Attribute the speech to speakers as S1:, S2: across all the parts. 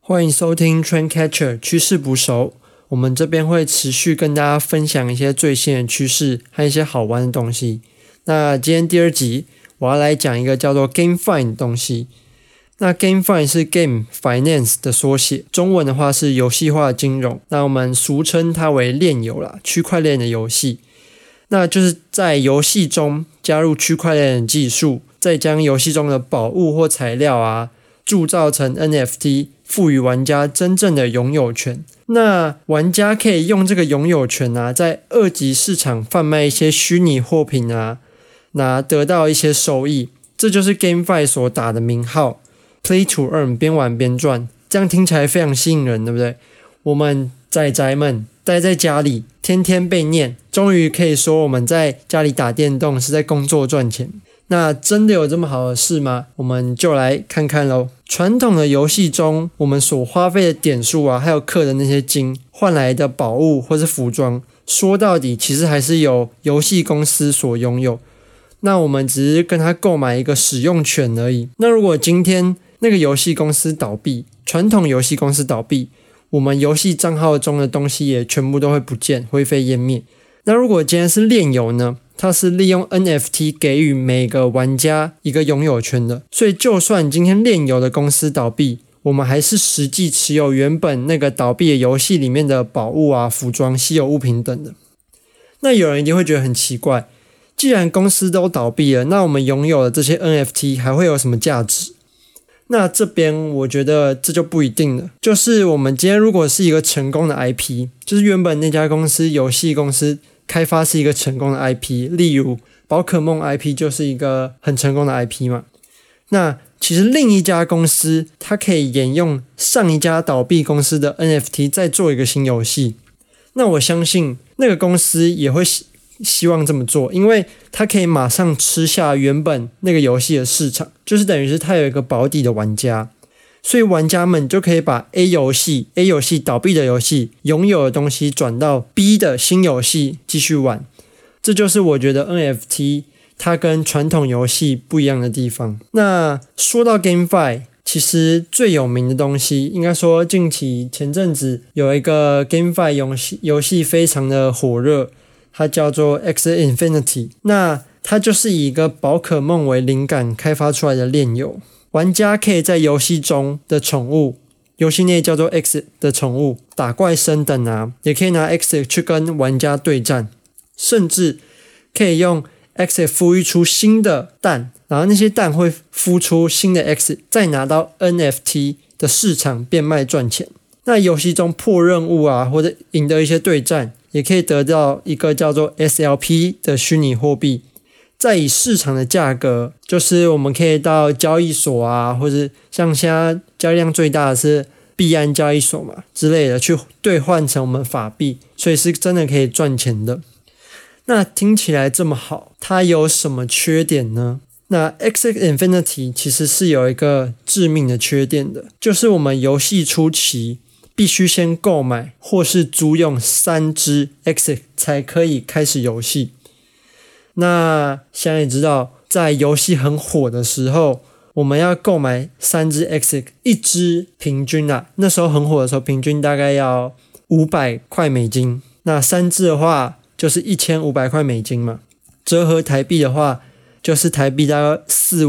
S1: 欢迎收听 Trendcatcher 趋势捕手，我们这边会持续跟大家分享一些最新的趋势和一些好玩的东西。那今天第二集我要来讲一个叫做 GameFi 的东西。那 GameFi 是 Game Finance 的缩写，中文的话是游戏化金融，那我们俗称它为链游啦，区块链的游戏。那就是在游戏中加入区块链的技术，再将游戏中的宝物或材料铸造成 NFT， 赋予玩家真正的拥有权。那玩家可以用这个拥有权在二级市场贩卖一些虚拟货品那得到一些收益。这就是 GameFi 所打的名号 Play to Earn， 边玩边赚。这样听起来非常吸引人，对不对？我们宅宅们待在家里天天被念，终于可以说我们在家里打电动是在工作赚钱。那真的有这么好的事吗？我们就来看看咯。传统的游戏中，我们所花费的点数还有氪的那些金换来的宝物或是服装，说到底其实还是由游戏公司所拥有。那我们只是跟他购买一个使用权而已。那如果今天那个游戏公司倒闭，传统游戏公司倒闭，我们游戏账号中的东西也全部都会不见，灰飞烟灭。那如果今天是链游呢？它是利用 NFT 给予每个玩家一个拥有权的，所以就算今天链游的公司倒闭，我们还是实际持有原本那个倒闭的游戏里面的宝物服装、稀有物品等的。那有人一定会觉得很奇怪，既然公司都倒闭了，那我们拥有的这些 NFT 还会有什么价值？那这边我觉得这就不一定了。就是我们今天如果是一个成功的 IP， 就是原本那家公司游戏公司开发是一个成功的 IP， 例如宝可梦 IP 就是一个很成功的 IP 嘛。那其实另一家公司它可以沿用上一家倒闭公司的 NFT 再做一个新游戏。那我相信那个公司也会希望这么做，因为它可以马上吃下原本那个游戏的市场，就是等于是它有一个保底的玩家。所以玩家们就可以把 A 游戏倒闭的游戏拥有的东西转到 B 的新游戏继续玩。这就是我觉得 NFT 它跟传统游戏不一样的地方。那说到 GameFi， 其实最有名的东西，应该说近期前阵子有一个 GameFi 游戏非常的火热，它叫做 Axie Infinity。 那它就是以一个宝可梦为灵感开发出来的链游。玩家可以在游戏中的宠物，游戏内叫做 X 的宠物打怪升等也可以拿 X 去跟玩家对战，甚至可以用 X 孵育出新的蛋，然后那些蛋会孵出新的 X， 再拿到 NFT 的市场变卖赚钱。那游戏中破任务或者赢得一些对战，也可以得到一个叫做 SLP 的虚拟货币，再以市场的价格，就是我们可以到交易所或者像现在交易量最大的是币安交易所嘛之类的，去兑换成我们法币，所以是真的可以赚钱的。那听起来这么好，它有什么缺点呢？那 Axie Infinity 其实是有一个致命的缺点的，就是我们游戏初期必须先购买或是租用3只 Axie 才可以开始游戏。那现在也知道，在游戏很火的时候，我们要购买3只 Axie， 一只平均那时候很火的时候，平均大概要500块美金。那3只的话就是1500块美金嘛，折合台币的话就是台币大概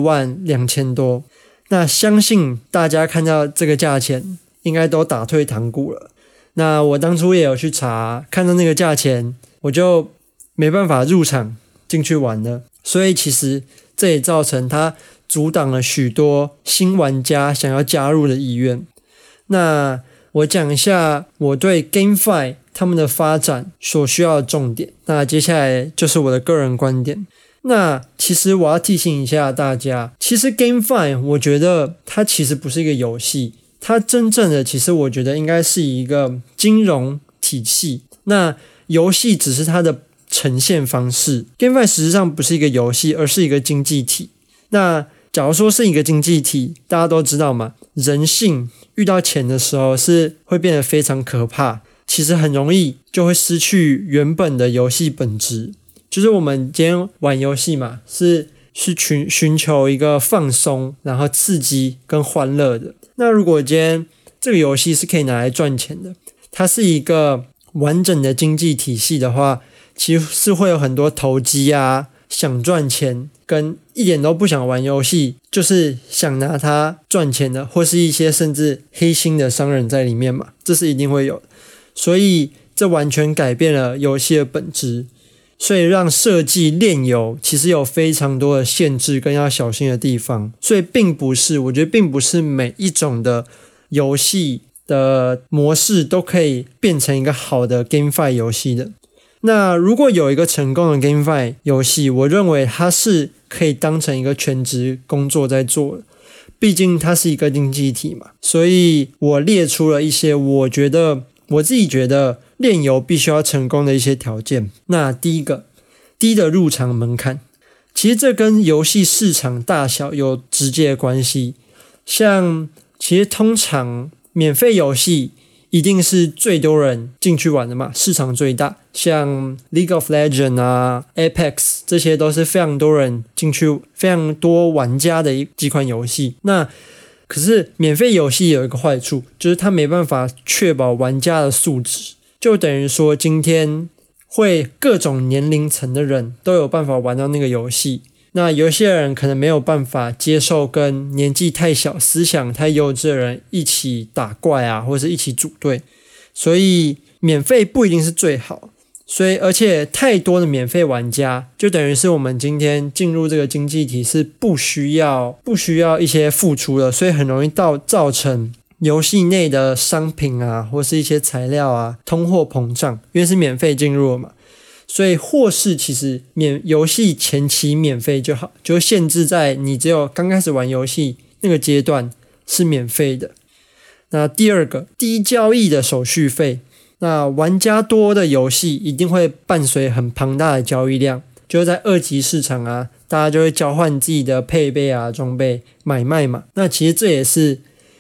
S1: 42000多。那相信大家看到这个价钱应该都打退堂鼓了。那我当初也有去查，看到那个价钱我就没办法入场进去玩了，所以其实这也造成它阻挡了许多新玩家想要加入的意愿。那我讲一下我对 GameFi 他们的发展所需要的重点，那接下来就是我的个人观点。那其实我要提醒一下大家，其实 GameFi 我觉得它其实不是一个游戏，它真正的其实我觉得应该是一个金融体系，那游戏只是它的呈现方式。 GameFi 实际上不是一个游戏，而是一个经济体。那假如说是一个经济体，大家都知道嘛，人性遇到钱的时候是会变得非常可怕，其实很容易就会失去原本的游戏本质。就是我们今天玩游戏嘛，是寻求一个放松，然后刺激跟欢乐的。那如果今天这个游戏是可以拿来赚钱的，它是一个完整的经济体系的话，其实是会有很多投机啊，想赚钱跟一点都不想玩游戏，就是想拿它赚钱的，或是一些甚至黑心的商人在里面嘛，这是一定会有的。所以这完全改变了游戏的本质，所以让设计炼油其实有非常多的限制跟要小心的地方，所以我觉得并不是每一种的游戏的模式都可以变成一个好的 GameFi 游戏的。那如果有一个成功的 GameFi 游戏，我认为它是可以当成一个全职工作在做的，毕竟它是一个经济体嘛。所以我列出了一些我自己觉得炼油必须要成功的一些条件。那第一个，低的入场门槛，其实这跟游戏市场大小有直接的关系。像其实通常免费游戏一定是最多人进去玩的嘛，市场最大，像 League of Legends 啊 Apex 这些都是非常多人进去，非常多玩家的几款游戏。那可是免费游戏有一个坏处，就是它没办法确保玩家的素质，就等于说今天会各种年龄层的人都有办法玩到那个游戏，那有些人可能没有办法接受跟年纪太小、思想太幼稚的人一起打怪啊，或者是一起组队，所以免费不一定是最好。所以而且太多的免费玩家，就等于是我们今天进入这个经济体是不需要一些付出的，所以很容易造成游戏内的商品啊，或是一些材料啊通货膨胀，因为是免费进入了嘛。所以或是其实游戏前期免费就好，就限制在你只有刚开始玩游戏那个阶段是免费的。那第二个，低交易的手续费。那玩家多的游戏一定会伴随很庞大的交易量，就是在二级市场啊，大家就会交换自己的配备啊、装备买卖嘛。那其实这也是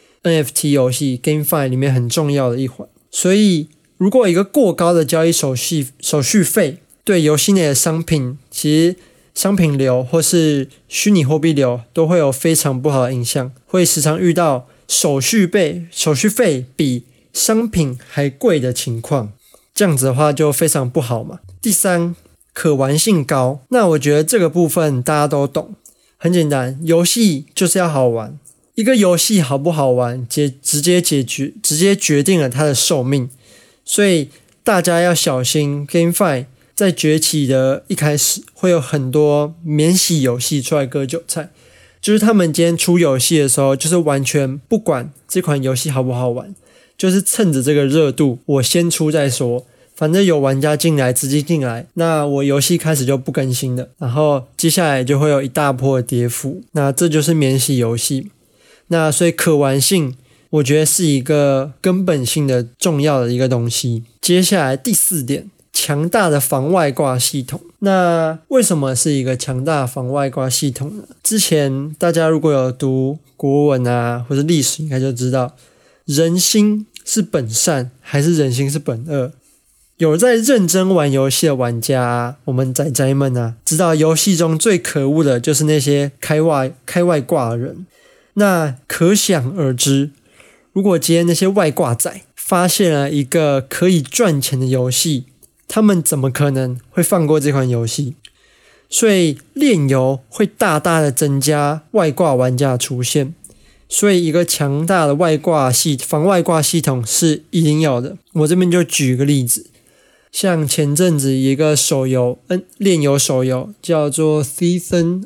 S1: NFT 游戏 GameFi 里面很重要的一环。所以如果一个过高的交易手续费对游戏内的商品，其实商品流或是虚拟货币流都会有非常不好的影响，会时常遇到手续费比商品还贵的情况，这样子的话就非常不好嘛。第三，可玩性高。那我觉得这个部分大家都懂，很简单，游戏就是要好玩，一个游戏好不好玩直接决定了它的寿命，所以大家要小心 GameFi 在崛起的一开始会有很多免洗游戏出来割韭菜，就是他们今天出游戏的时候就是完全不管这款游戏好不好玩，就是趁着这个热度我先出再说，反正有玩家进来直接进来，那我游戏开始就不更新了，然后接下来就会有一大波的跌幅，那这就是免洗游戏。那所以可玩性我觉得是一个根本性的重要的一个东西。接下来第四点，强大的防外挂系统。那为什么是一个强大的防外挂系统呢？之前大家如果有读国文啊或者历史应该就知道，人心是本善还是人心是本恶。有在认真玩游戏的玩家啊，我们宅宅们啊，知道游戏中最可恶的就是那些开外挂的人。那可想而知，如果今天那些外挂仔发现了一个可以赚钱的游戏，他们怎么可能会放过这款游戏？所以炼油会大大的增加外挂玩家的出现，所以一个强大的防外挂系统是一定要的。我这边就举个例子，像前阵子一个手游炼油手游叫做 Thetan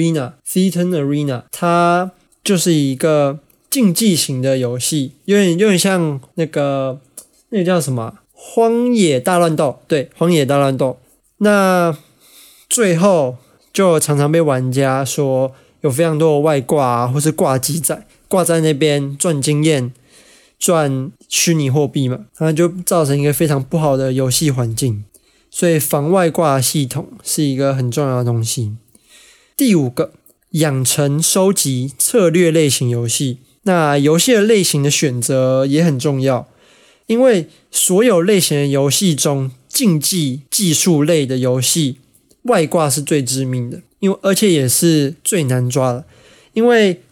S1: Arena， 它就是一个竞技型的游戏，有点像那个叫什么荒野大乱斗，对，荒野大乱斗。那最后就常常被玩家说有非常多的外挂啊，或是挂机仔挂在那边赚经验、赚虚拟货币嘛，它就造成一个非常不好的游戏环境。所以防外挂系统是一个很重要的东西。第五个，养成收集策略类型游戏。那游戏的类型的选择也很重要，因为所有类型的游戏中，竞技技术类的游戏外挂是最致命的，而且也是最难抓的。因为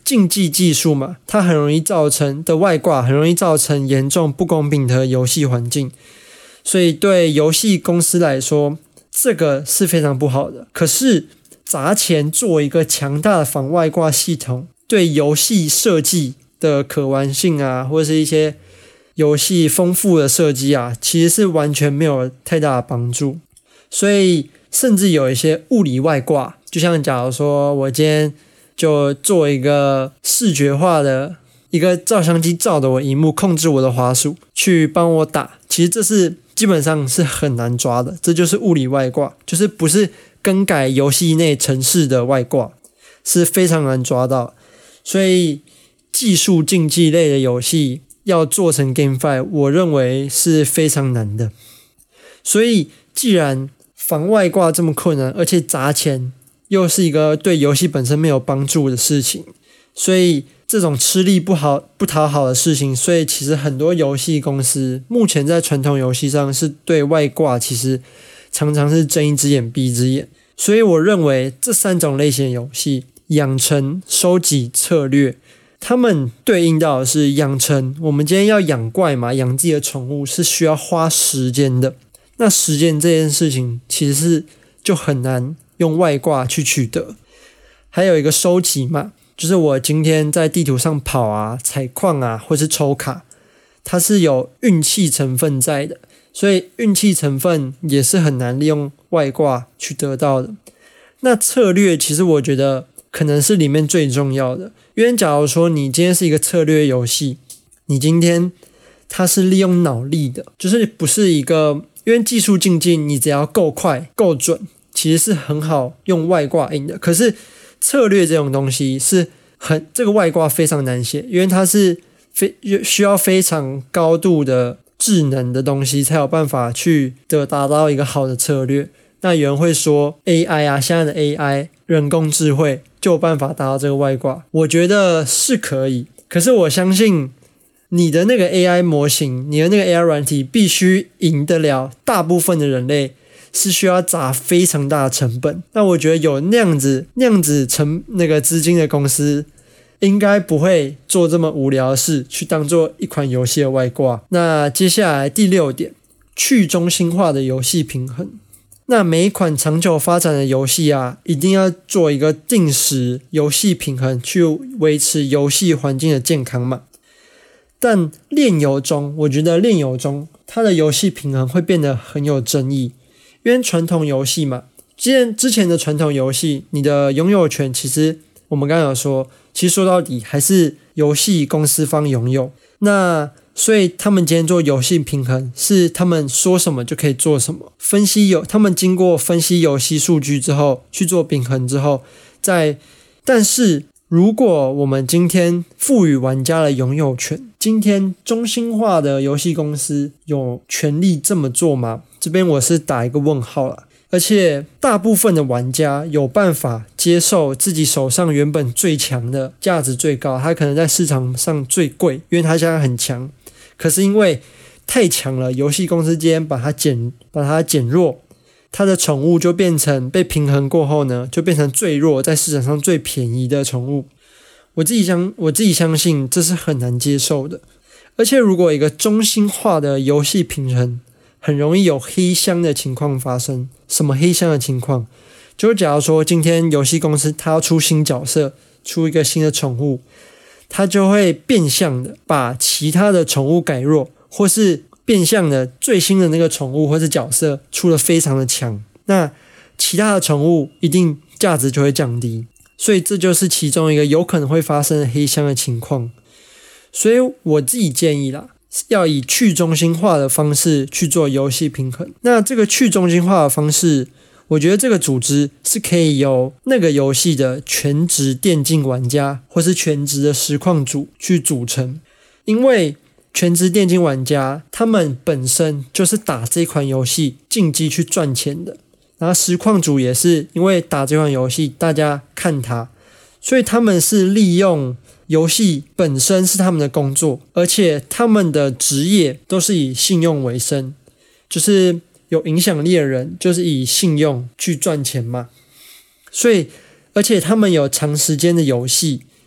S1: 竞技技术嘛，它很容易造成的外挂，很容易造成严重不公平的游戏环境，所以对游戏公司来说，这个是非常不好的。可是砸钱做一个强大的防外挂系统，对游戏设计的可玩性啊，或者是一些游戏丰富的设计啊，其实是完全没有太大的帮助。所以甚至有一些物理外挂，就像假如说我今天就做一个视觉化的一个照相机照的我萤幕，控制我的滑鼠去帮我打，其实这是基本上是很难抓的，这就是物理外挂，就是不是更改游戏内程式的外挂，是非常难抓到。所以技术竞技类的游戏要做成 GameFi， 我认为是非常难的。所以既然防外挂这么困难，而且砸钱又是一个对游戏本身没有帮助的事情，所以这种吃力不讨好的事情，所以其实很多游戏公司目前在传统游戏上是对外挂其实常常是睁一只眼闭一只眼。所以我认为这3种类型的游戏，养成、收集、策略，他们对应到的是养成，我们今天要养怪嘛，养自己的宠物是需要花时间的，那时间这件事情其实是就很难用外挂去取得。还有一个收集嘛，就是我今天在地图上跑啊、采矿啊，或是抽卡，它是有运气成分在的，所以运气成分也是很难利用外挂去得到的。那策略其实我觉得可能是里面最重要的，因为假如说你今天是一个策略游戏，你今天它是利用脑力的，就是不是一个，因为技术竞技你只要够快够准，其实是很好用外挂赢的。可是策略这种东西是这个外挂非常难写，因为它是需要非常高度的智能的东西才有办法去达到一个好的策略。那有人会说 AI 啊，现在的 AI 人工智慧就有办法达到这个外挂，我觉得是可以，可是我相信你的那个 AI 模型，你的那个 AI 软体必须赢得了大部分的人类，是需要砸非常大的成本。那我觉得有那样子那个资金的公司，应该不会做这么无聊的事去当做一款游戏的外挂。那接下来第6点，去中心化的游戏平衡。那每一款长久发展的游戏啊，一定要做一个定时游戏平衡，去维持游戏环境的健康嘛。但我觉得炼油中它的游戏平衡会变得很有争议，因为传统游戏嘛，之前的传统游戏，你的拥有权其实我们刚刚有说，其实说到底还是游戏公司方拥有。那所以他们今天做游戏平衡，是他们说什么就可以做什么。他们经过分析游戏数据之后去做平衡之后，但是如果我们今天赋予玩家的拥有权，今天中心化的游戏公司有权利这么做吗？这边我是打一个问号啦。而且大部分的玩家有办法接受自己手上原本最强的价值最高，他可能在市场上最贵，因为他现在很强，可是因为太强了，游戏公司今天把它减弱，他的宠物就变成被平衡过后呢，就变成最弱，在市场上最便宜的宠物。我自己相信这是很难接受的。而且如果一个中心化的游戏平衡，很容易有黑箱的情况发生。什么黑箱的情况？就假如说今天游戏公司它要出新角色，出一个新的宠物，它就会变相的把其他的宠物改弱，或是变相的最新的那个宠物或是角色出得非常的强，那其他的宠物一定价值就会降低。所以这就是其中一个有可能会发生的黑箱的情况。所以我自己建议啦，要以去中心化的方式去做游戏平衡。那这个去中心化的方式，我觉得这个组织是可以由那个游戏的全职电竞玩家或是全职的实况组去组成。因为全职电竞玩家他们本身就是打这款游戏竞技去赚钱的，然后实况组也是因为打这款游戏大家看它，所以他们是利用游戏本身是他们的工作，而且他们的职业都是以信用为生，就是有影响力的人就是以信用去赚钱嘛。所以而且他们有长时间的游戏，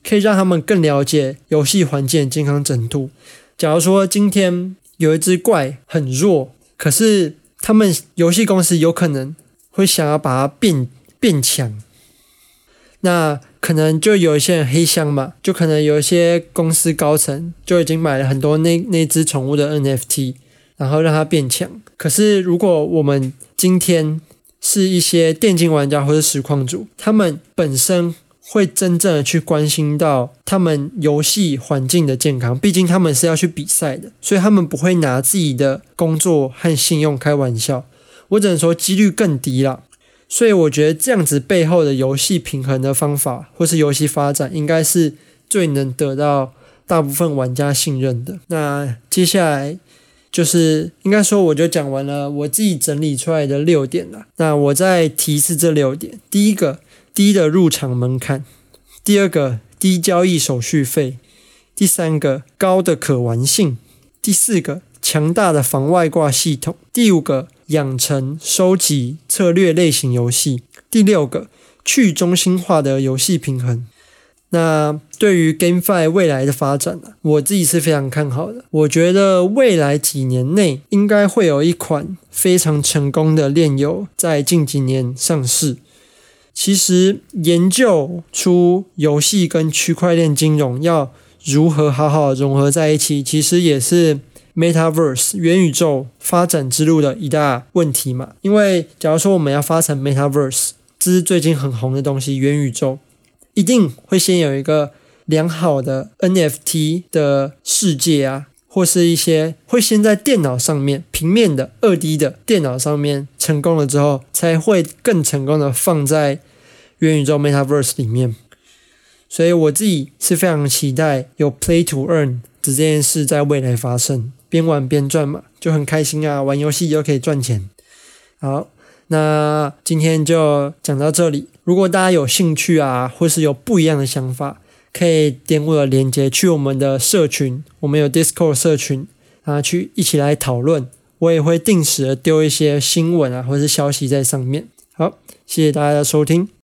S1: 可以让他们更了解游戏环境的健康程度。假如说今天有一只怪很弱，可是他们游戏公司有可能会想要把它变强，那可能就有一些人黑箱嘛，就可能有一些公司高层就已经买了很多那只宠物的 NFT， 然后让它变强。可是如果我们今天是一些电竞玩家或是实况主，他们本身会真正的去关心到他们游戏环境的健康，毕竟他们是要去比赛的，所以他们不会拿自己的工作和信用开玩笑。我只能说几率更低啦。所以我觉得这样子背后的游戏平衡的方法或是游戏发展应该是最能得到大部分玩家信任的。那接下来就是应该说我就讲完了我自己整理出来的6点了。那我再提一次这6点。第一个，低的入场门槛；第二个，低交易手续费；第三个，高的可玩性；第四个，强大的防外挂系统；第五个，养成、收集、策略类型游戏；第6个，去中心化的游戏平衡。那对于 GameFi 未来的发展我自己是非常看好的。我觉得未来几年内应该会有一款非常成功的链游在近几年上市。其实研究出游戏跟区块链金融要如何好好融合在一起，其实也是 Metaverse 元宇宙发展之路的一大问题嘛。因为假如说我们要发展 Metaverse， 这是最近很红的东西，元宇宙一定会先有一个良好的 NFT 的世界啊，或是一些会先在电脑上面平面的 2D 的电脑上面成功了之后，才会更成功的放在元宇宙 Metaverse 里面。所以我自己是非常期待有 Play to Earn 这件事在未来发生，边玩边赚嘛，就很开心啊，玩游戏又可以赚钱。好，那今天就讲到这里。如果大家有兴趣啊，或是有不一样的想法，可以点我的连结去我们的社群，我们有 Discord 社群去一起来讨论。我也会定时的丢一些新闻啊或是消息在上面。好，谢谢大家的收听。